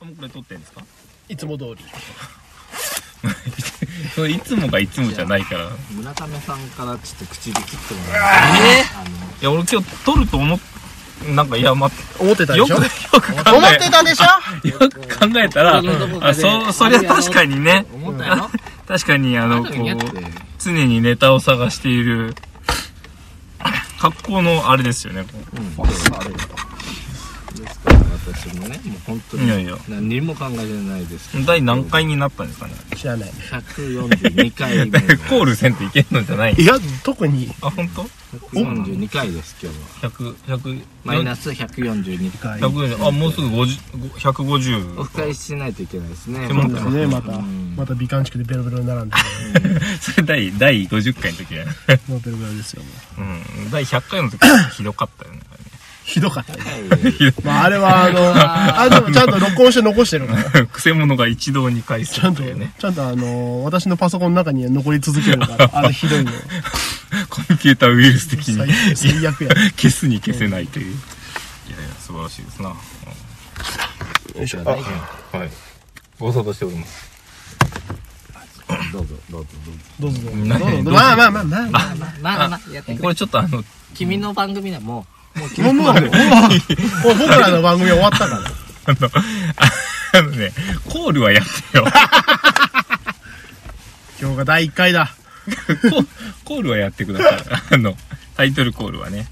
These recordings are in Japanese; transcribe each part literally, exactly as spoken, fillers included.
もうこれ撮ってんですか？ いつも通り。 それいつもがいつもじゃないから。 村上さんからちょっと口で切ってもらえー、いや俺今日撮ると思っなんかいや待って思ってたでしょ。 よくよく考え思ってたでしょ。 よく考えたらあそそりゃ確かにね、 思ったよ。 確かにあのこう常にネタを探している格好のあれですよね。 うん、ですから私もねもう本当にいやいや何にも考えてないですけど。 第何回になったんですかね。 知らない。 ひゃくよんじゅうにかいめ。 コールせんといけんのじゃない。 いや特に。 あ本当？ ひゃくよんじゅうにかいです今日は。 百百マイナスひゃくよんじゅうにかい。 百あもうすぐごじゅうひゃくごじゅう。 オフ会しないといけないですね。 そうですねまたまた美観地区でベロベロに並んで。 それ第第ごじゅっかいの時は。 もうベロベロですよ。 うん第ひゃっかいの時はひどかったよね。 ひどかったね。まああれはあのあでもちゃんと録音して残してるから。 くせ者が一堂に会するというね。 ちゃんとあの私のパソコンの中に残り続けるからあれひどいの。 コンピューターウイルス的に最悪や。 消すに消せないという。いやいや素晴らしいですな。よいしょ。 はい。ご無沙汰しております。 どうぞどうぞどうぞどうぞ。 何まあまあまあまあまあまあまあまあまあやってくれ。 これちょっとあの君の番組はもうもうもうもうもう僕らの番組終わったから。 あのあのねコールはやってよ。 今日がだいいっかいだ。 コールはやってください。あのタイトルコールはね。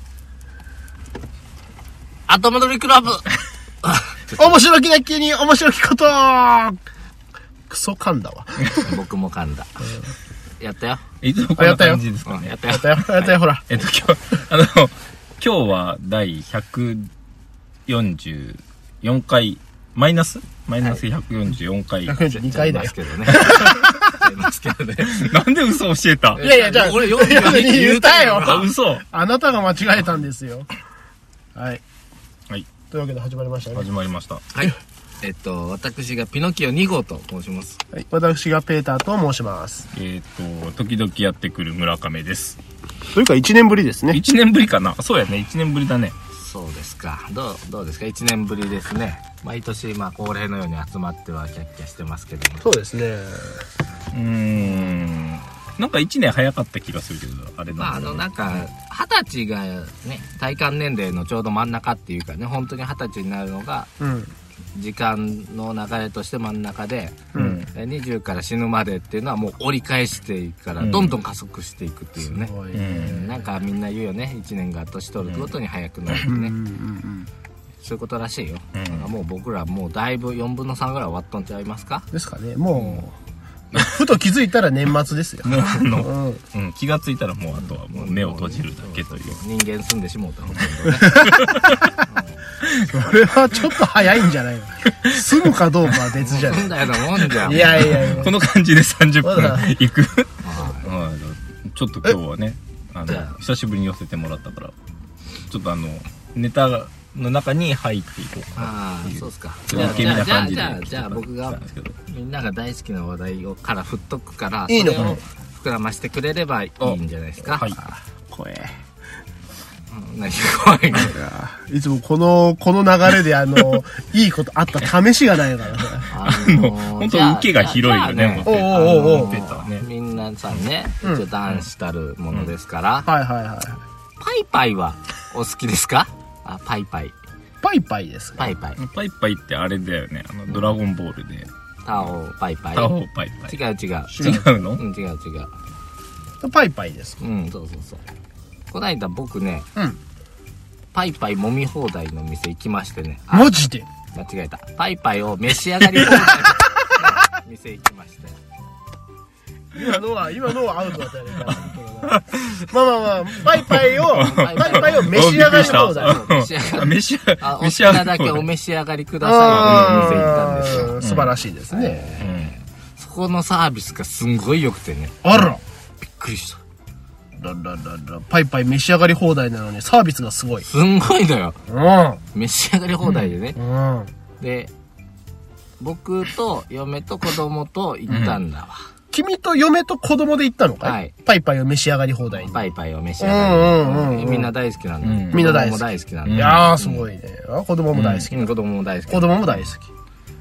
後戻りクラブ。 面白きだけに面白きこと。クソ噛んだわ。 僕も噛んだ。やったよ。 いつもこんな感じですかね。 やったよ。 やったよやったよほら。 えっと今日あの今日は第ひゃくよんじゅうよんかいマイナスマイナスひゃくよんじゅうよんかい。 ひゃくよんじゅうにかいだよ。 ですけどね。ますけどね。 なんで嘘を教えた？ いやいやじゃあ俺よんじゅうに言ったよ。 あ嘘。 あなたが間違えたんですよ。はいはいというわけで始まりましたね。 始まりました。 はい。えっと私がピノキオに号と申します。 はい、私がペーターと申します。 えっと時々やってくる村上です。 というかいちねんぶりですね。 いちねんぶりかな。そうやねいちねんぶりだね。 そうですか。どうどうですか。いちねんぶりですね。毎年まあ恒例のように集まってはキャッキャしてますけども。 そうですね。 うーんなんかいちねん早かった気がするけどあれまああのなんか二十歳がね体感年齢のちょうど真ん中っていうかね本当に二十歳になるのがうん時間の流れとして真ん中で、 うん、 にじゅうから死ぬまでっていうのはもう折り返していくからどんどん加速していくっていうね、 すごいねなんかみんな言うよねいちねんが年取るごとに早くなるってね、 うんうんうんそういうことらしいよ、 うんなんかもう僕らもうだいぶよんぶんのさんぐらい終わっとんちゃいますか。 ですかね。もうふと気づいたら年末ですよ。 もうあの、 うんうん、気がついたらもうあとはもう目を閉じるだけという。 人間住んでしもうたほとんどねそれはちょっと早いんじゃないの。住むかどうかは別じゃない。 住んだようなもんじゃん。 いやいやいや。 この感じでさんじゅっぷんまだいく。 はうんちょっと今日はねあのじゃあ久しぶりに寄せてもらったからちょっとあのネタの中に入っていこうかなああっていうそうですか。 ちょっと受け身な感じでじゃあじゃあじゃあ僕が来たんですけどみんなが大好きな話題をから振っとくからいいのかなそれを膨らましてくれればいいんじゃないですか。 はい怖え。 うん何怖いの。 いやいつもこのこの流れであのいいことあった試しがないからね。 あの本当受けが広いよねおうおうおうおうペーターねみんなさんね、 うん一応男子たるものですから、 はいはいはい。 パイパイはお好きですか？あ、パイパイ。 パイパイです。 パイパイ。 パイパイってあれだよねあのドラゴンボールでタオパイパイ。 タオパイパイ違う違う。 違うのうん、違う違う。 パイパイです。 うん、そうそうそう。こないだ僕ね、 うん。 パイパイ揉み放題の店行きましてね。あマジで。 間違えた。パイパイを召し上がり放題の店行きまして。 今のは今のはアウトだったよね。まあまあまあパイパイをパイパイを召し上がり放題。 召し上がり。 召し上あ、お好き召し上がなだけおり召し上がりくださいっていう店行ったんですよ。 あー素晴らしいですね。 そこのサービスがすんごい良くてね。 あら。 びっくりした。 ララララパイパイ召し上がり放題なのにサービスがすごい。 すんごいのよ。 うん。 召し上がり放題でね。 うん。 で、僕と嫁と子供と行ったんだわ。 君と嫁と子供で行ったのかい？ はいパイパイを召し上がり放題に。 パイパイを召し上がり。 うんうんうんうんみんな大好きなんだ。 うん子供もみんな大好き大好きなんだ。 いやーすごいね。あ子供も大好き。 うん子供も大好き。 子供も大好き。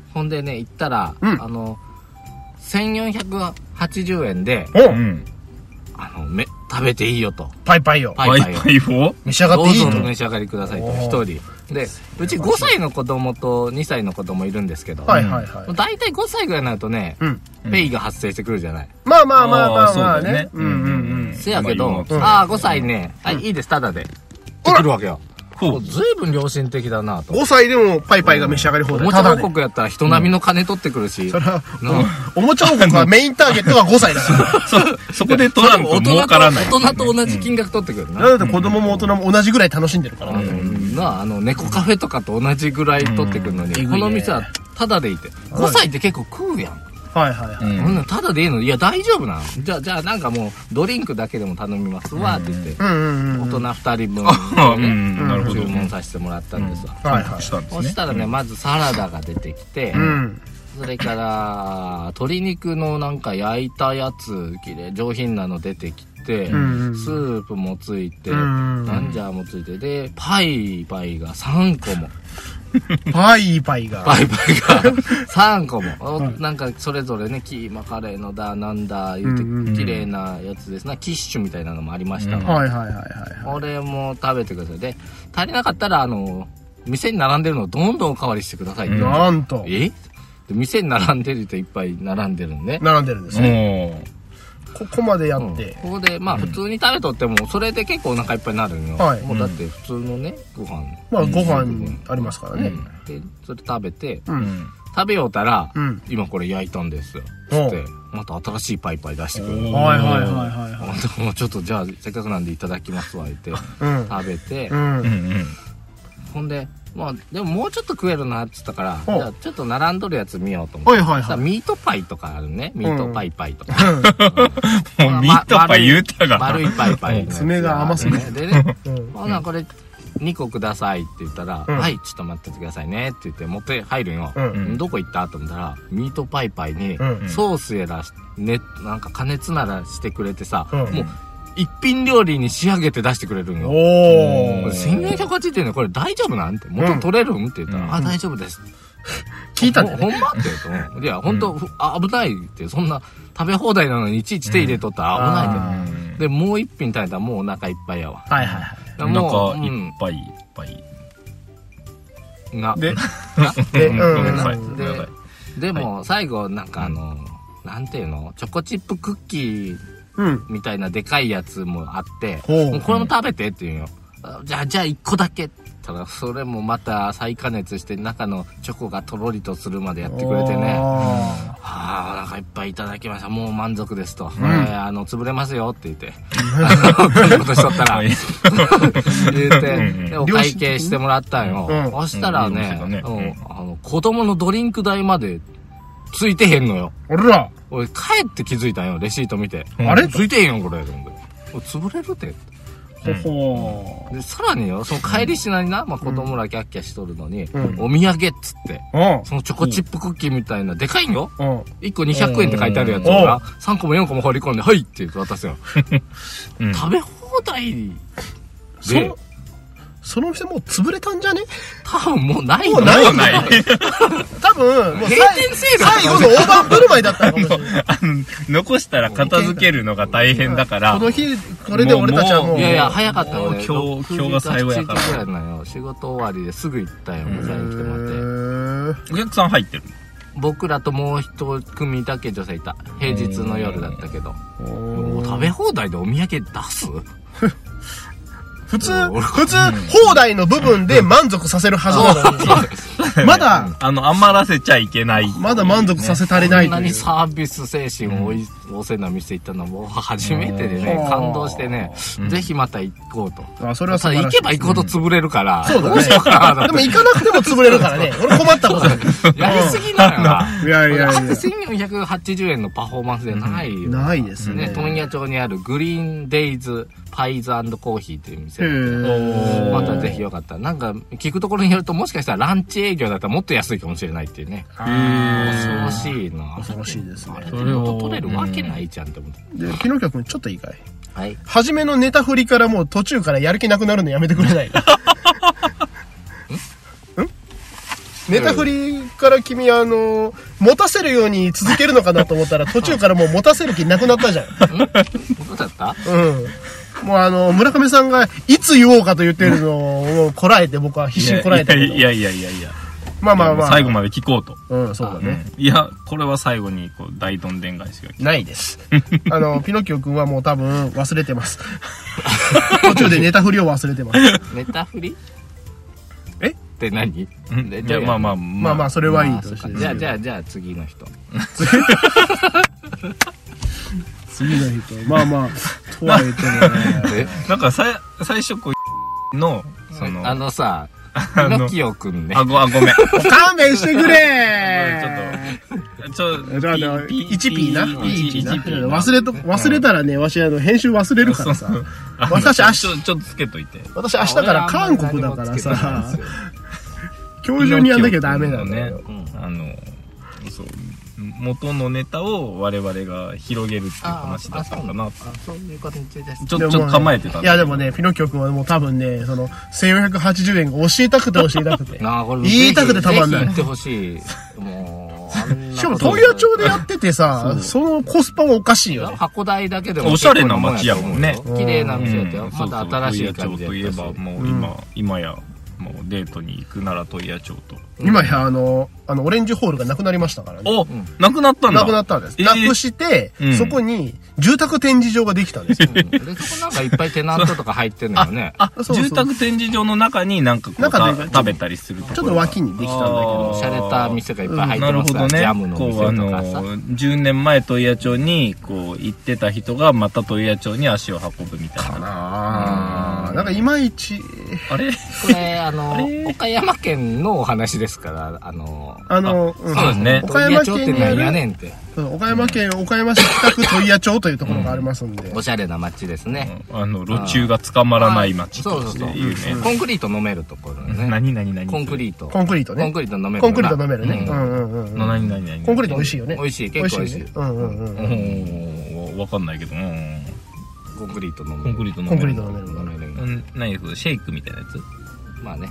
ほんでね、行ったら、 うんあの、せんよんひゃくはちじゅうえんで、 おうん。 あの、め、食べていいよと。 パイパイよ。 パイパイを。 ワイパイを召し上がっていいとどうぞお召し上がりくださいと、一人。で、うちごさいの子供とにさいの子供いるんですけど、 はいはいはい。 だいたいごさいぐらいになるとね、 うん。 ペイが発生してくるじゃない。 まあまあまあまああーまあそうだよねね。うんうんうん。 せやけど、 まあうんああ、ごさいね、はい、いいです、ただで。ってくるわけよ。 ほう。 ずいぶん良心的だなと。 ごさいでもパイパイが召し上がり放題。 おもちゃ王ただで。 国やったら人並みの金取ってくるし、 それは、 なおもちゃ王国はメインターゲットがごさいだから。 そ、そこで取らんと儲からない。 大人と同じ金額取ってくるな。 なので子供も大人も同じぐらい楽しんでるから。 うんなあ、あの、猫カフェとかと同じぐらい取ってくるのに、 うんこの店はタダでいいって。ごさいって結構食うやん。 はいはいはい。 うんほんならタダでいいのいや、大丈夫なのじゃあ、じゃあなんかもう、ドリンクだけでも頼みますわ、って言って。 うんうんうん。 大人ふたりぶんあうね、 ん、なるほど。 注文させてもらったんですわ。 はいはい。 したんですね。 そしたらね、まずサラダが出てきて、 うん。 それから、鶏肉のなんか焼いたやつ、きれい、上品なの出てきて、 うんスープもついて、 うんなんじゃもついて、で、パイパイがさんこも。 パイパイが。 パイパイがさんこも。おなんかそれぞれね、キーマカレーのだ、なんだ、言うて、 うんうん綺麗なやつですな。キッシュみたいなのもありましたうんわ。 はいはいはいはい。 これも食べてください。で、足りなかったら、あの、店に並んでるのをどんどんおかわりしてくださいって。 うんなんと、 えで店に並んでる人いっぱい並んでるんで。 並んでるんですね。 おここまでやうんって。 ここで、まあ、普通に食べとっても、それで結構お腹いっぱいになるんよ。 はいもうだって普通のね、ご飯。 まあご飯ありますからね。 で、それ食べて、 う。 ーうんん。 食べようたら、 うん。 今これ焼いたんですよ。つおうって、また新しいパイパイ出してくる。 おはいはいはいはいはもうちょっとじゃあ、せっかくなんでいただきますわ、言って、 い。うん。 食べて、 うん。 うんうん。 ほんで、まあ、でももうちょっと食えるなって言ったから、 おじゃあちょっと並んどるやつ見ようと思って。 はいはいはい。 さミートパイとかあるね。ミートパイパイとか。 もうミートパイ言うたが。 丸いパイパイのやつが。 爪が甘すぎね。でね、 うん。 ほな、これ、にこくださいって言ったら、 うんはい、ちょっと待っててくださいねって言って持って入るんよ。 うんうんどこ行ったと思ったら、ミートパイパイに、 うんソースやらし、ね、なんか加熱ならしてくれてさ、 うんもう、一品料理に仕上げて出してくれるんよ。 おこーれ。せんよんひゃくはちじゅうえんでこれ大丈夫なんて元取れるんって言ったら、 うんあ、大丈夫です。 聞いたんだよね。 ほほんまって言うと、いや、ほんと、ふあ危ないって、そんな食べ放題なのにいちいち手入れとったら危ないけど。 うんで、もう一品食べたらもうお腹いっぱいやわ。 はいはいはい。 おもう、 腹いっぱいいっぱい。 うん、な、 で、 で、 うんうん。 ごめんなさいうんごめんなさいでも、最後、なんかあの、なんていうのチョコチップクッキーうん。 みたいなでかいやつもあって、 ほうもうこれも食べてって言うんよ。あじゃあ、じゃあ一個だけって言ったら、それもまた再加熱して中のチョコがとろりとするまでやってくれてね。 あああ、お腹いっぱいいただきました。もう満足ですと。 んえーあの、潰れますよって言って。あのこんなことしとったら。言って、 うんでお会計してもらったんよ。 うんそしたらね、 うんうんうんあの、子供のドリンク代までついてへんのよ。 ー。おら。 俺、帰って気づいたんよ、レシート見て。 うんあれついてへんよ、これ。と思ってこれ潰れるって。 ほほで、さらによ、その帰りしなにな、まあ、子供らキャッキャしとるのに、 うんお土産っつって、 ー。 そのチョコチップクッキーみたいな、でかいんよ。 うん。うん。 いっこにひゃくえんって書いてあるやつをな、さんこもよんこも放り込んで、はいって言って渡すよ。 うん食べ放題そでの、、その店もう潰れたんじゃね多分もうないもうないもうない。 多分、もう閉店セール最後の大盤振る舞いだったのかもしれない。 あの、残したら片付けるのが大変だから。 この日、これで俺たちはもう。 いやいや、早かったよね。 今日今日が最後やからしちじぐらいなのよ。仕事終わりですぐ行ったよ、迎えに来てもらって。 へーお客さん入ってる。 僕らともう一組だけ女性いた。平日の夜だったけど。 おもうー食べ放題でお土産出す普通、 俺普通、放題の部分で満足させるはずなのに、まだ、 あの、余らせちゃいけない。 まだ満足させ足りないという。 こんなにサービス精神を旺盛な店行ったのもう初めてでねう、ん感動してね、 うんぜひまた行こうと。 あ、それは素ただ晴らしい。 行けば行くほど潰れるから、 そうだねどうしようかなでも行かなくても潰れるからね。俺困ったことだよ。 やりすぎなのよ。 いやいやいやだってせんよんひゃくはちじゅうえんのパフォーマンスでないよ。 ないですね。 ね、問屋町にあるグリーンデイズパイズコーヒーっていう店へで、 ーまたぜひよかったら。なんか聞くところによるともしかしたらランチ営業だったらもっと安いかもしれないっていうね。 あ恐ろーしいな。 恐ろしいですねあれで元取れるわけないじゃんって思って。 で、木の君ちょっといいかいはい。 初めのネタ振りからもう途中からやる気なくなるのやめてくれないんネタ振りから君あの持たせるように続けるのかなと思ったら途中からもう持たせる気なくなったじゃん。 そうだった？ うん。もうあの村上さんがいつ言おうかと言ってるのをこらえて僕は必死にこらえてる。 いやいやいやいや。 まあまあまあ。 最後まで聞こうと。 うん、そうだね。 うん、いや、これは最後にこう大どんでん返しがないです。あの、ピノキオくんはもう多分忘れてます。途中でネタ振りを忘れてます。 ネタ振りえって何？ いや、まあまあ、 まあまあ、それはいいとして。 じゃあ、じゃあ、じゃあ次の人。 次の人。まあまあ、とは言ってもね。 なんかさ、最初こう、の、その、 あのさ、ピノキオくんね。 あ、ご、あ、ごめん。 勘弁してくれーちょっと、 ちょ、ちょ、いちピーな。いちピーな。 いちピー忘れと、忘れたらね、わしあの、編集忘れるからさ。私明日、 ちょ、ちょっとつけといて。 私明日から韓国だからさ、今日中にやんなきゃダメなのね。 あの、そう。元のネタを我々が広げるっていう話だったのかな。 そういう感じです。 ちょっと構えてた。 いやでもね、ピノキオ君はもう多分ね、その、せんよんひゃくはちじゅうえんが教えたくて教えたくて。言いたくてたまんない。 言ってほしい。もう、 しかも、東野町でやっててさ、そのコスパもおかしいよね。 箱代だけでも。 おしゃれな街やもんね。 綺麗な店だよ。また新しい感じで。 といえば、もう今、今や、もうデートに行くなら問屋町と。 今やあの、あの、オレンジホールがなくなりましたからね。 お、なくなったんだ。 なくなったんです。なくして、そこに住宅展示場ができたんですよ。 で、そこなんかいっぱいテナントとか入ってんのよね。 あ、住宅展示場の中になんかこう、食べたりするところ。 ちょっと脇にできたんだけど。 洒落た店がいっぱい入ってますから、ジャムの店とかさ。こう、あの、 じゅうねんまえ問屋町に、こう、行ってた人がまた問屋町に足を運ぶみたいな。 かなぁ。なんかいまいち。 あれこれ、あの、岡山県のお話ですから、あの、 あの、 そうですね。 岡山県って何やねんって。 岡山県岡山市北区問屋町というところがありますんで。 おしゃれな街ですね。 あの、路中が捕まらない街としていうね。 コンクリート飲めるところね。 何何何コンクリート。 コンクリートね。 コンクリート飲める。 コンクリート飲めるね。うんうんうん。 何何何コンクリート美味しいよね。 美味しい、結構美味しい。 うんうんうん。わかんないけど。 コンクリート飲める。 コンクリート飲める。 コンクリート飲める。飲める。何それ、シェイクみたいなやつ？ まあね。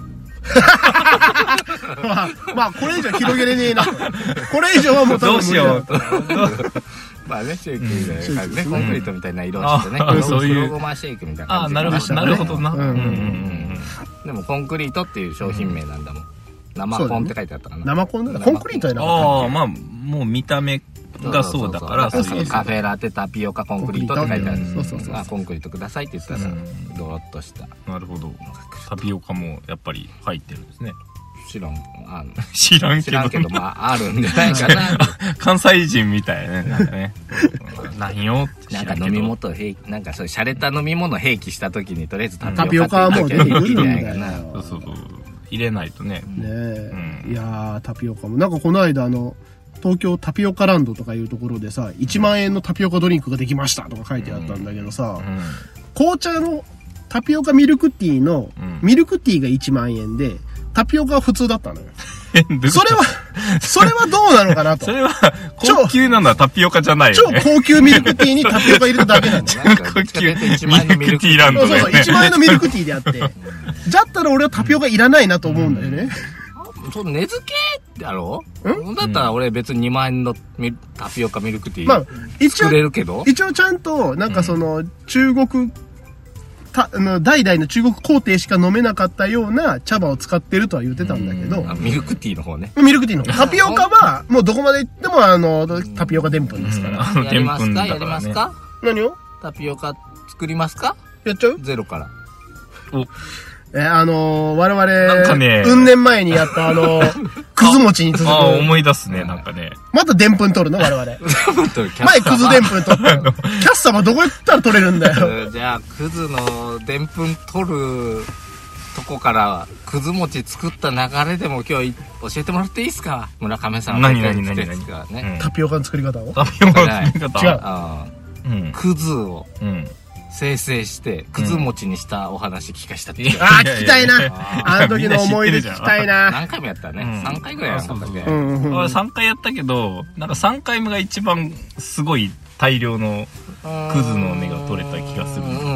まあ、まあ、これ以上広げれねえな。これ以上はもうどうしよう。 まあね、シェイクみたいな感じね。コンクリートみたいな色をしてね。 そういう。 黒ごまシェイクみたいな感じ。 あ、なるほど、なるほどな。 でも、コンクリートっていう商品名なんだもん。生コンって書いてあったかな。 生コンだ。コンクリートやな。 ああ、まあ、もう見た目がそうだから、 カフェラテタピオカコンクリートって書いてある。 そうそうそう。 コンクリートくださいって言ったらさ、ドロッとした。 なるほど。タピオカもやっぱり入ってるんですね。 知らん。あ知らんけど。 知らんけど、まあ、あるんじゃないかな。 関西人みたいね。なんかね。何よってなんか飲み物兵器、なんかそういう洒落た飲み物兵器した時にとりあえずタピオカはもう出てくるんだよ。 そうそうそう。入れないとね。 ねえ。いやー、タピオカも。なんかこの間あの、東京タピオカランドとかいうところでさ、いちまんえんのタピオカドリンクができましたとか書いてあったんだけどさ、紅茶のタピオカミルクティーの、ミルクティーがいちまんえんで、タピオカは普通だったのよ。それは、それはどうなのかなと。 それは、高級なのはタピオカじゃないよね。 超高級ミルクティーにタピオカ入れただけなんだよ。 高級ミルクティーランドだよね。 そうそう、いちまんえんのミルクティーであって。だったら俺はタピオカいらないなと思うんだよね。 そう、値付けだろんだったら俺別ににまんえんのタピオカミルクティー。 まあ、一応、 作れるけど一応ちゃんと、なんかその、中国、たあの代々の中国皇帝しか飲めなかったような茶葉を使ってるとは言ってたんだけど。 ミルクティーの方ね。 ミルクティーの方。タピオカは、もうどこまで行ってもあの、タピオカでんぷんですから。 やりますかやりますか何をタピオカ作りますかやっちゃうゼロから。 おえ、あのー、我々、 なんかね、 うん年前にやったあのー、くず餅に続く。 ああ、思い出すね、なんかね。 またでんぷん取るの我々。前くずでんぷん取ったの。キャッサバどこ行ったら取れるんだよ。 じゃあ、くずのでんぷん取るとこから、くず餅作った流れでも今日教えてもらっていいですか村上さん。 何何何何タピオカの作り方をタピオカの作り方違う。 くずを。 うん生成して、くず餅にしたお話聞かしたって。 ああ、聞きたいな。あの時の思い出聞きたいな。 何回もやったね。さんかいぐらいやったんだっけ。 俺さんかいやったけど、なんかさんかいめが一番すごい大量のくずの芽が取れた気がする。 うん。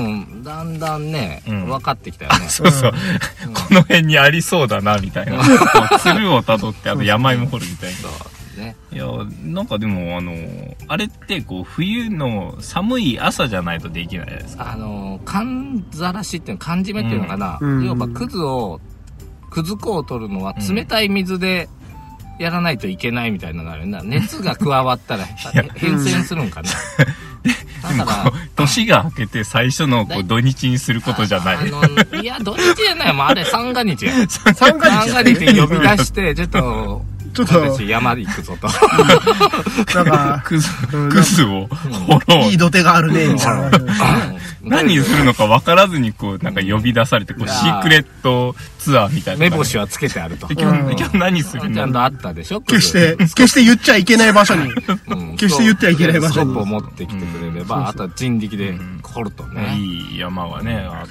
だんだんね、 うん分かってきたよね。 そうそう、うん、この辺にありそうだなみたいな。つるをたどってあと山芋掘るみたいな。そうね。いやなんかでもあのあれってこう冬の寒い朝じゃないとできないですか。 あの寒ざらしっていうの缶締めっていうのかな。うん、要はくずをくず粉を取るのは冷たい水でやらないといけないみたいなのがあるな。熱が加わったら変遷するんかな。だから年が明けて最初のこう土日にすることじゃない。あのいや土日じゃないもうあれ三が日や。 三が日。 三が日呼び出してちょっと。ちょっと私山で行くぞと。 なんかクズクズを掘ろう。 いい土手があるねみたいな。 何するのか分からずにこうなんか呼び出されてこうシークレットツアーみたいな。 目星はつけてあると。 今日今日何するの？ ちゃんとあったでしょ。 決して決して言っちゃいけない場所に。決して言ってはいけない場所に。 スコップを持ってきてくれれば、あとは人力で掘るとね。 いい山がねあって。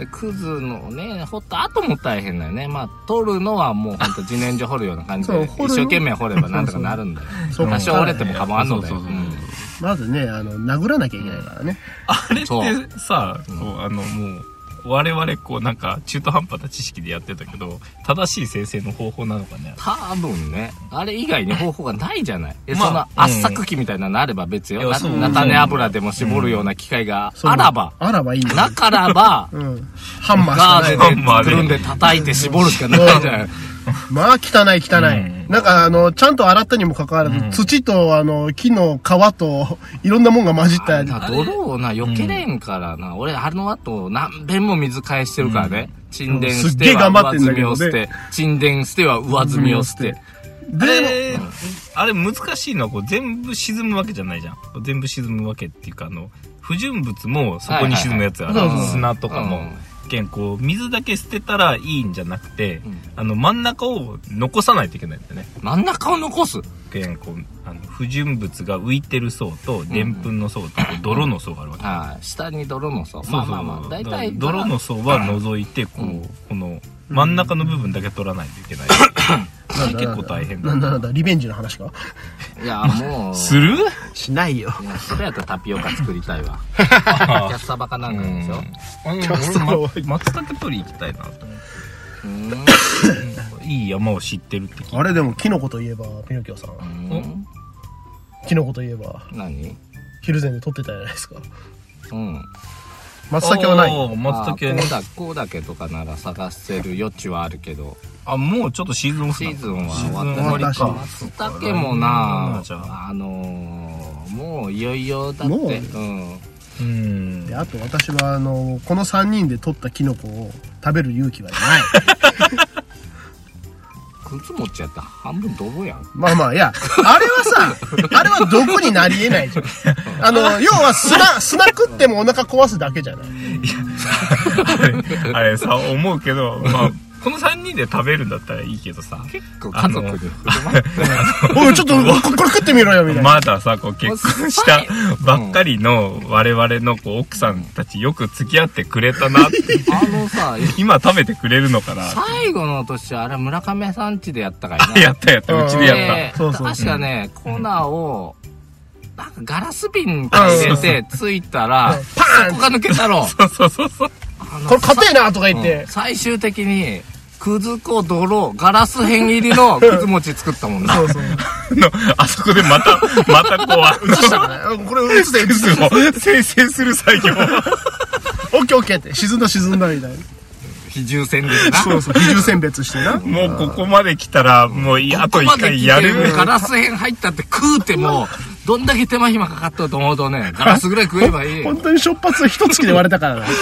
クズのね掘った後も大変だよね。まあ取るのはもう本当自然薯掘るような感じで一生懸命掘ればなんとかなるんだよ。多少折れても構わんのだよ。 まずねあの殴らなきゃいけないからね。 あれってさ、こうあのもう我々こうなんか中途半端な知識でやってたけど正しい生成の方法なのかね。 多分ねあれ以外に方法がないじゃない。まあ、その圧搾機みたいなのあれば別よ。菜種油でも絞るような機械があらば、 あらばいいんだ。 なからば、 うん、ハンマーガーゼでくるんで叩いて絞るしかないじゃない。 まあ汚い汚い、うん、なんかあのちゃんと洗ったにもかかわらず、うん、土とあの木の皮といろんなもんが混じった泥をな避けれんからな、うん、俺あの後何遍も水返してるからね、うん、沈殿しては上積みを捨て、沈殿しては上積みを捨て、 で、うん、あれ難しいのはこう全部沈むわけじゃないじゃん。全部沈むわけっていうかあの不純物もそこに沈むやつある、はいはいはい、砂とかも、うんこう水だけ捨てたらいいんじゃなくて、うん、あの真ん中を残さないといけないんだよね。 真ん中を残す？ けこうあの不純物が浮いてる層とでんぷんの層と泥の層があるわけ、 うんうん、下に泥の層。まあまあまあ大体泥の層は除いてこう、うん、この真ん中の部分だけ取らないといけない。結構大変だ。 なんだなんだリベンジの話か。 いやもうする？ しないよ。 いやそれやったらタピオカ作りたいわ。キャッサバかなんかでしょ。 あの俺松茸取り行きたいなと思って。いい山を知ってるって聞いて。 あれでもキノコといえばピノキオさん。キノコといえば何？ ヒルゼンで取ってたじゃないですか。 うん。 松茸はない。 松茸ね。コウダケとかなら探せる余地はあるけど。 あ、もうちょっとシーズンオフ。 シーズンは終わったし。松茸もな、あのー、もういよいよだって。もう、うん。 うん。で、あと私はあのこのさんにんで取ったキノコを食べる勇気はない。 くず餅やったら半分泥やん。 まあまあいや、あれはさ、あれは毒になり得ないじゃん。あの要は砂砂食ってもお腹壊すだけじゃない。 いやあれさ思うけどまあ。このさんにんで食べるんだったらいいけどさ、 結構家族で振る舞っておいちょっとこれ食ってみろよみたいな。 まださこう結婚したばっかりの我々のこう奥さんたちよく付き合ってくれたなってあのさ今食べてくれるのかな。 最後の年あれ村上さん家でやったからな。やったやったうちでやった。 そうそう確かね粉をなんかガラス瓶か入れてついたらパーンそこが抜けたろ。 そうそうそうそう。 これ硬いなとか言って、 うん、最終的にくず粉泥ガラス片入りのくず餅作ったもんな。そうそうのあそこでまたまたこう映したからね。これ映してくずを生成する作業。 オッケーオッケーって沈んだ沈んだみたいな。 比重線ですな。 そうそう比重選別してな。 もうここまで来たらもうあと一回やる。 ガラス片入ったって食うてもどんだけ手間暇かかったと思うとねガラスぐらい食えばいい。 本当にしょっぱつ一月で割れたからな。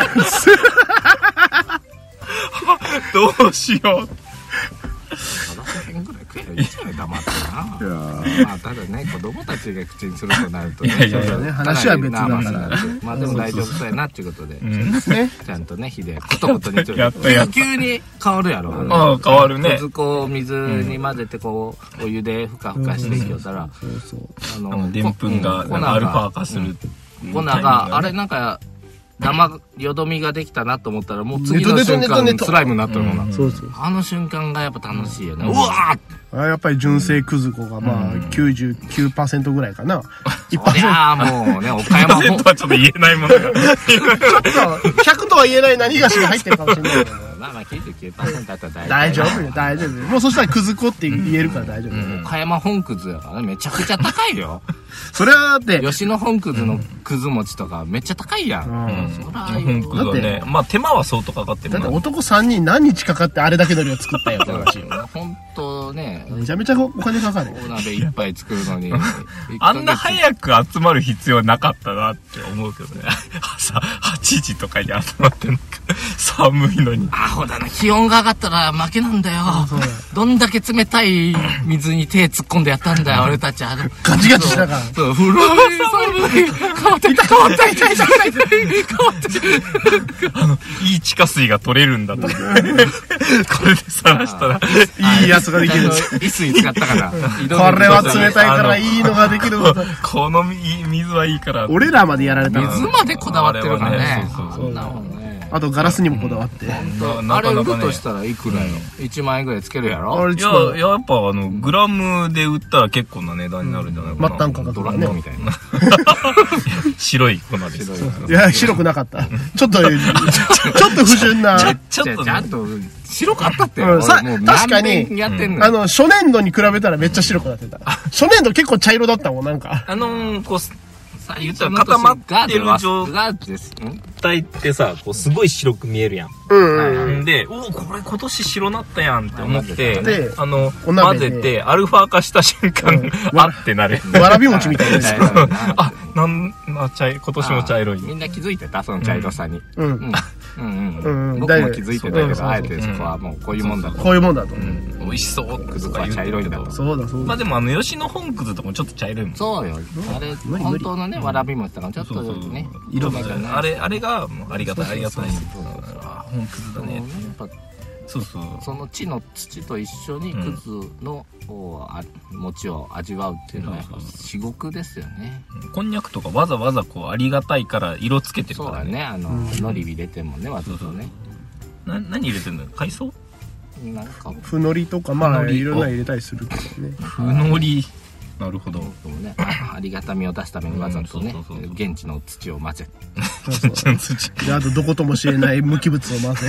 どうしよう。 ガラス片ぐらい食えばいいじゃない黙ってな。まあただね子供たちが口にするとなるとね。 いやいやね話は別だから。 まあでも大丈夫そうやなっていうことで、 うん、ねちゃんとね火でコトコトにやったやった急に変わるやろ。 ああ変わるね。 くず粉を水に混ぜてこうお湯でふかふかしていきよったら、 あのでんぷんがアルファ化する。 粉があれなんか。生よどみができたなと思ったらもう次の瞬間スライムになったのな。あの瞬間がやっぱ楽しいよね。うわーってやっぱり純正クズ子がまあ きゅうじゅうきゅうパーセント ぐらいかな。 いやもうね、岡山本。はちょっと言えないものが。ちょっとひゃくとは言えない何菓子が入ってるかもしれないけど。 まあまあきゅうじゅうきゅうパーセント だったら大丈夫よ、大丈夫よ。もうそしたらクズ子って言えるから大丈夫よ。 岡山本くずやからね、めちゃくちゃ高いよ。 それはだって、 吉野本くずのくず餅とかめっちゃ高いやん。うん。そら本くずはね、まあ手間は相当かかってる。 だって男さんにん何日かかってあれだけの量作ったよって話。 ほんとね。 めちゃめちゃお金かかる。 お鍋いっぱい作るのに。 あんな早く集まる必要なかったなって思うけどね。朝はちじとかに集まってなんか寒いのに。 アホだな、気温が上がったら負けなんだよ。どんだけ冷たい水に手突っ込んでやったんだよ、俺たち。 ガチガチしながら。 そう、古い、寒い。変わった、変わった、痛い、痛い、痛い、変わった。 あの、いい地下水が取れるんだと。これでさらしたら、 いいやつができる。 椅子に使ったから。 これは冷たいからいいのができる。 この水はいいから。 俺らまでやられた。 水までこだわってるからね。 そうそうそう。 あとガラスにもこだわって。 あれ売るとしたらいくらよ。いちまんえんぐらいつけるやろ。 いや、やっぱあの、グラムで売ったら結構な値段になるんじゃないかな。 末端価格ドラムみたいな。 白い粉です。 いや、白くなかった。ちょっと、ちょっと不純な。 ちょっと、ちゃんと、白かったって。 確かに、あの、初年度に比べたらめっちゃ白くなってた。初年度結構茶色だったもん、なんか。 あの、こう、言ったら固まってる状態ってさ、こうすごい白く見えるやん。うん。で、おこれ今年白なったやんって思って、あの、混ぜてアルファ化した瞬間、あってなる。 わらび餅みたいな。 あ、なん、あ、茶今年も茶色い。 みんな気づいてたその茶色さに。 うん。 うんうん。僕も気づいてたけど、あえてそこはもうこういうもんだと。 こういうもんだと。 美味しそうくずは茶色いんだと。 そうだそうだ。 まあでもあの、吉野本くずとかもちょっと茶色いもん。 そうよ。あれ、本当のね、わらび餅とかもちょっとね、 色がね。あれ、あれがありがたい、ありがたい。あ、本くずだね。そうそう。 その地の土と一緒にくずの餅を味わうっていうのはやっぱ至極ですよね。 こんにゃくとかわざわざこうありがたいから色つけてるからね。 そうだね。あの、海苔入れてもね、わざとね。 な、何入れてんの？海藻？ なんか。ふのりとか、まあ、いろんな入れたりするけどね。 ふのり。なるほど。 ね、ありがたみを出すためにわざとね、現地の土を混ぜ。 現地の土。で、あとどこともしれない無機物を混ぜ。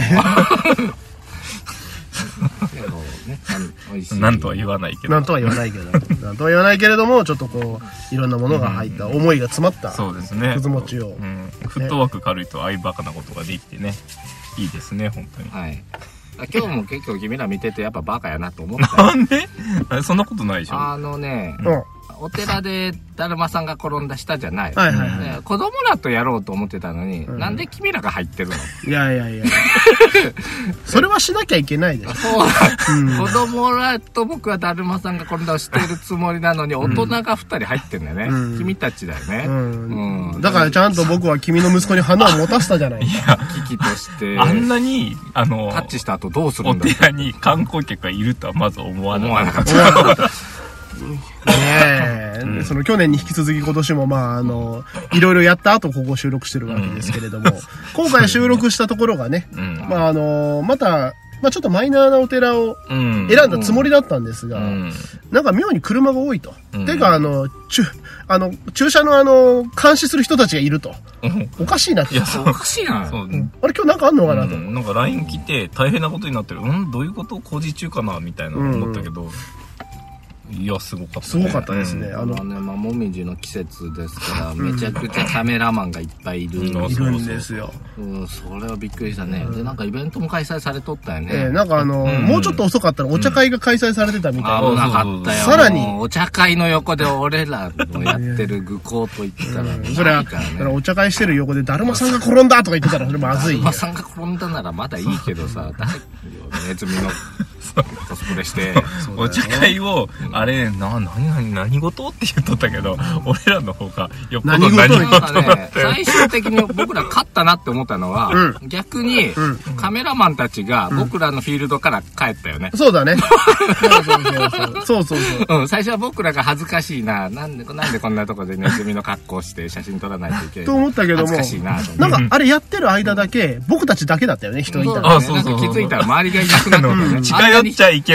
なんとは言わないけど。 なんとは言わないけど。なんとは言わないけれども、ちょっとこう、いろんなものが入った、思いが詰まった、 そうですね。 くず餅を。 フットワーク軽いとああいうバカなことができてね、いいですね、本当に。 はい。今日も結構君ら見ててやっぱバカやなと思った。 なんで？そんなことないでしょ。 あのね、お寺でだるまさんが転んだ下じゃない。 はいはいはい。 子供らとやろうと思ってたのに、なんで君らが入ってるの？ いやいやいや。それはしなきゃいけないです。 そう。子供らと僕はだるまさんが転んだをしてるつもりなのに、大人が二人入ってんだよね。君たちだよね。 うん。だからちゃんと僕は君の息子に花を持たせたじゃない。 いや、 危機として。 あんなに、あの、 タッチした後どうするんだお寺に観光客がいるとはまず思わなかった。 ねえ、うん、その去年に引き続き今年もまああのいろいろやった後ここ収録してるわけですけれども、うん、今回収録したところがね、うん、まああのまたまあちょっとマイナーなお寺を選んだつもりだったんですが、うん、なんか妙に車が多いと、うん、てかあの駐あの駐車のあの監視する人たちがいると、うん、おかしいなって。 いやおかしいな。 そう、うん、あれ今日なんかあんのかなと、うん、 なんか ライン 来て大変なことになってる。うんどういうこと工事中かなみたいな思ったけど。うんいや、すごかったね。 すごかったですね。 うん、あのね、まあ、もみじの季節ですから、めちゃくちゃカメラマンがいっぱいいる。いるんですよ。 うん、それはびっくりしたね。で、なんかイベントも開催されとったよね。 えー、なんかあの、うん、もうちょっと遅かったらお茶会が開催されてたみたいな。 危なかったよ。 さらに。 お茶会の横で俺らのやってる愚行と言ったら、 うん、それは、それお茶会してる横でだるまさんが転んだとか言ってたら、それまずい。だるまさんが転んだならまだいいけどさ、誰、ネズミのコスプレして。 お茶会を、あれ、な、なになに、何事って言っとったけど、俺らの方がよっぽど何事だって。 最終的に僕ら勝ったなって思ったのは、うん、逆に、うん、カメラマンたちが僕らのフィールドから帰ったよね。 そうだね。そうそうそう。 うん、最初は僕らが恥ずかしいな。なんで、なんでこんなとこでネズミの格好して写真撮らないといけない。 と思ったけども、 恥ずかしいな。 なんか、あれやってる間だけ、僕たちだけだったよね、人いたら。あ、そうそう。気づいたら周りがいなくなったね。 近寄っちゃいけ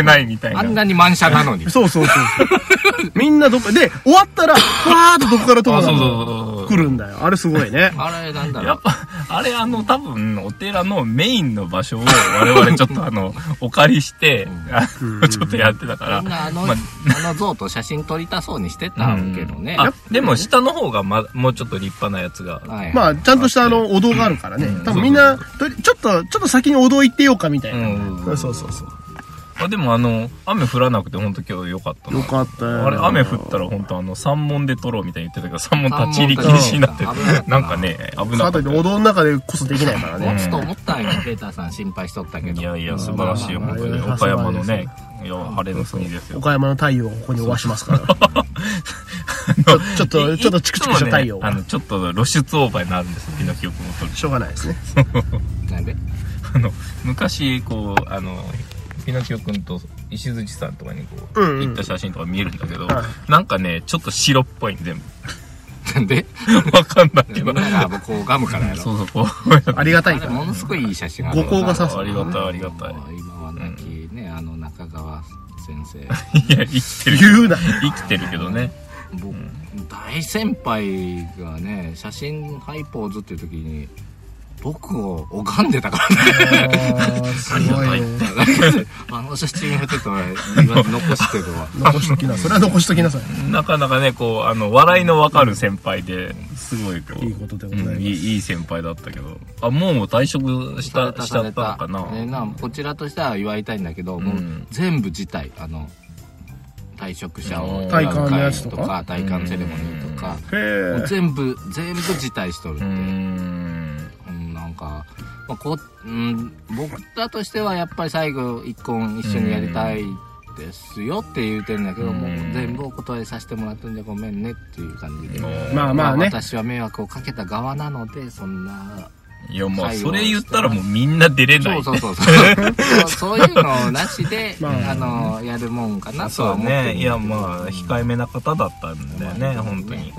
ないみたいな。 あんなに満車なのに。 そうそうそう。みんなどっか、で、終わったら、わーっとどこからとも来るんだよ。あれすごいね。 あれなんだろう。 やっぱ、あれあの、多分、お寺のメインの場所を我々ちょっとあの、お借りして、ちょっとやってたから。 みんなあの、まあの像と写真撮りたそうにしてたけどね。 あ、でも下の方がま、もうちょっと立派なやつが。 まあ、ちゃんとしたあの、お堂があるからね。多分みんな、ちょっと、ちょっと先にお堂行ってようかみたいな。そうそうそう。 あ、でもあの、雨降らなくて本当今日良かったな。 良かったよ。 あれ、雨降ったら本当あの、三門で撮ろうみたいに言ってたけど、三門立ち入り禁止になってて、なんかね、危なかった。 お堂の中でこそできないからね。 持つと思ったんよ、ペーターさん心配しとったけど。 いやいや、素晴らしいよ、本当に。岡山のね、いや、晴れの国ですよ。 岡山の太陽をここにおわしますから。ちょっと、ちょっとチクチクした太陽。 あの、ちょっと露出オーバーになるんです、ピノキオ君も撮る。 しょうがないですね。 なんであの、昔、こう、あの、ピノキオ君と石槌さんとかにこう、行った写真とか見えるんだけど、なんかね、ちょっと白っぽいん全部。 なんでわかんないけど。 なんかこうガムからやろ。 そうそう、こう。 ありがたいから。 ものすごいいい写真がある。五光がさす。 ありがたい、ありがたい。 今は亡きね、あの中川先生。 いや、生きてる。 言うな。 生きてるけどね。 僕、大先輩がね、写真ハイポーズっていう時に、僕を拝んでたからね。 すごいね。 あの写真をちょっと残してるわ。 残しときな。それは残しときなさい。 なかなかね、こう、あの、笑いのわかる先輩で、すごいこう。 いいことでございます。 いい先輩だったけど。あ、もう退職した、しちゃったのかな。 ね、な、こちらとしては祝いたいんだけど、もう全部辞退。あの、退職者を体感のやつとか体感セレモニーとか、もう全部、全部辞退しとるって。なんか、まあ、こう、うん、僕らとしてはやっぱり最後一婚一緒にやりたいですよって言うてんだけども、全部お断りさせてもらってんでごめんねっていう感じで、 まあまあね、 私は迷惑をかけた側なので、そんな。 いや、まあ、それ言ったらもうみんな出れない。 そうそうそうそう。そういうのなしで、あの、やるもんかなとは思ってる。 そうね。いや、まあ、控えめな方だったんだよね、本当に。 うん。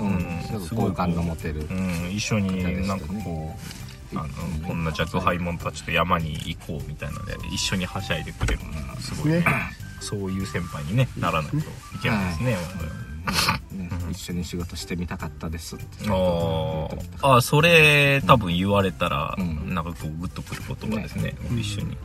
すごい好感の持てる。 うん、一緒になんかこう、あのこんな若輩者たちと山に行こうみたいなので一緒にはしゃいでくれるのがすごい、ね、そういう先輩に、ね、ならないといけないですね、 ね、一緒に仕事してみたかったですって。 ああ、それ多分言われたら、うん、なんかこうグッとくる言葉ですね、ね、一緒に。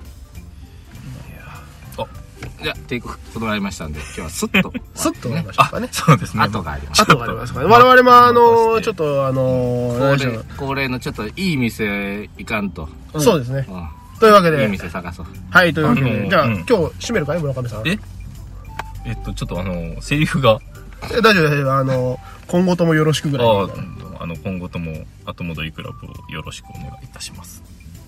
あ、じゃあテイクことなりましたんで、今日はスッとスッと終わりましたかね。 そうですね。 後がありました。 後がありますからね。我々もあのちょっとあの恒例恒例のちょっといい店行かんと。 そうですね。というわけでいい店探そう。 はい、というわけでじゃあ今日閉めるかい、村上さん。 ええっとちょっとあのセリフが大丈夫大丈夫、あの今後ともよろしくぐらい。 ああの今後とも後戻りクラブをよろしくお願いいたします。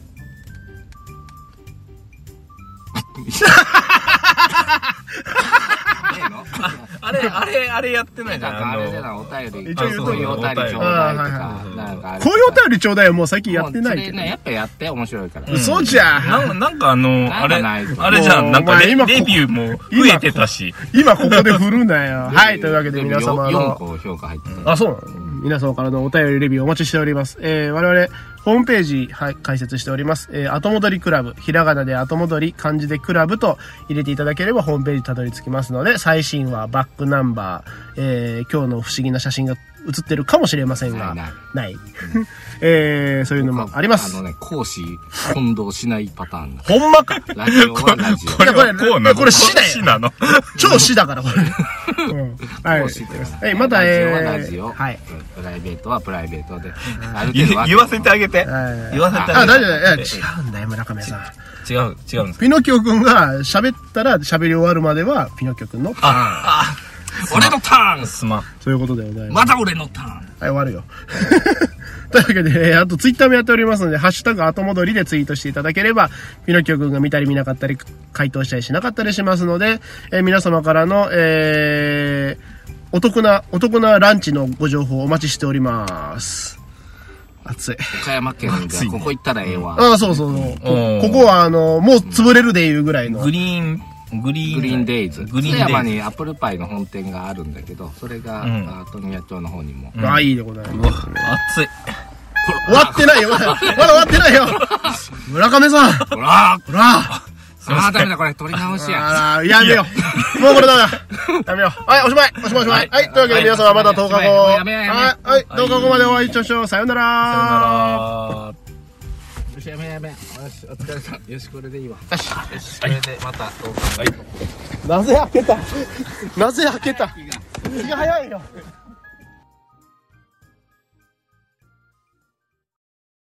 あれ、あれ、あれやってないじゃん。 あれじゃない、お便り。 一応言うとこういうお便りちょうだいとか。なんかこういうお便りちょうだいはもう最近やってないけど。 やっぱやって面白いから。 嘘じゃん。なんかあの、あれ、あれじゃん。なんかレビューも増えてたし。 今ここで振るなよ。はい、というわけで皆様の。 よんこ評価入ってた。あ、そうなの？皆様からのお便りレビューお待ちしております。えー、我々、ホームページ、はい、開設しております。えー、後戻りクラブ、ひらがなで後戻り、漢字でクラブと入れていただければホームページたどり着きますので、最新話、バックナンバー、えー、今日の不思議な写真が写ってるかもしれませんが、ない。ない。えー、そういうのもあります。 あのね、講師、混同しないパターン。 ほんまか。 ラジオはラジオ。 これ、これ、こうなの？ これ死だよ。 死なの？ 超死だから、これ。うん。はい。はい、また、えー、ラジオはラジオ。はい。プライベートはプライベートで。 言わせてあげて。言わせてあげて。 あ、大丈夫だよ。違うんだよ、村上さん。 違う、違うんです。 ピノキオくんが喋ったら喋り終わるまでは、ピノキオくんのターン。 あ、俺のターンすまん。 そういうことでございます。 また俺のターン。はい、 終わるよ。というわけで、えー、あとツイッターもやっておりますので、ハッシュタグ後戻りでツイートしていただければ、ピノキオくんが見たり見なかったり、回答したりしなかったりしますので、えー、皆様からの、えー、お得な、お得なランチのご情報お待ちしております。暑い。 岡山県でここ行ったらええわ。 ああ、そうそうそう。こ, ここは、あの、もう潰れるでいうぐらいの。 グリーン、グリーン。 グリーンデイズ。 グリーンデイズ。 津山にアップルパイの本店があるんだけど、それが、うん、富谷町の方にも。 うん、ああ、いいでございます。 暑い。 終わってないよ。まだ、まだ終わってないよ。村上さん。 ほらほらああ、ダメだ、これ、取り直しや。 あーやめよう。もうこれダメだ。やめよう。はい、おしまい。おしまい、おしまい。はい、というわけで皆様またとおかご。はい、はい、とおかごまでお会いしましょう。さよなら。 さよなら。 よし、やめやめ。よし、お疲れさん。よし、これでいいわ。よし、よし、これでまたとおかご。 なぜ開けたなぜ開けた気が早いよ。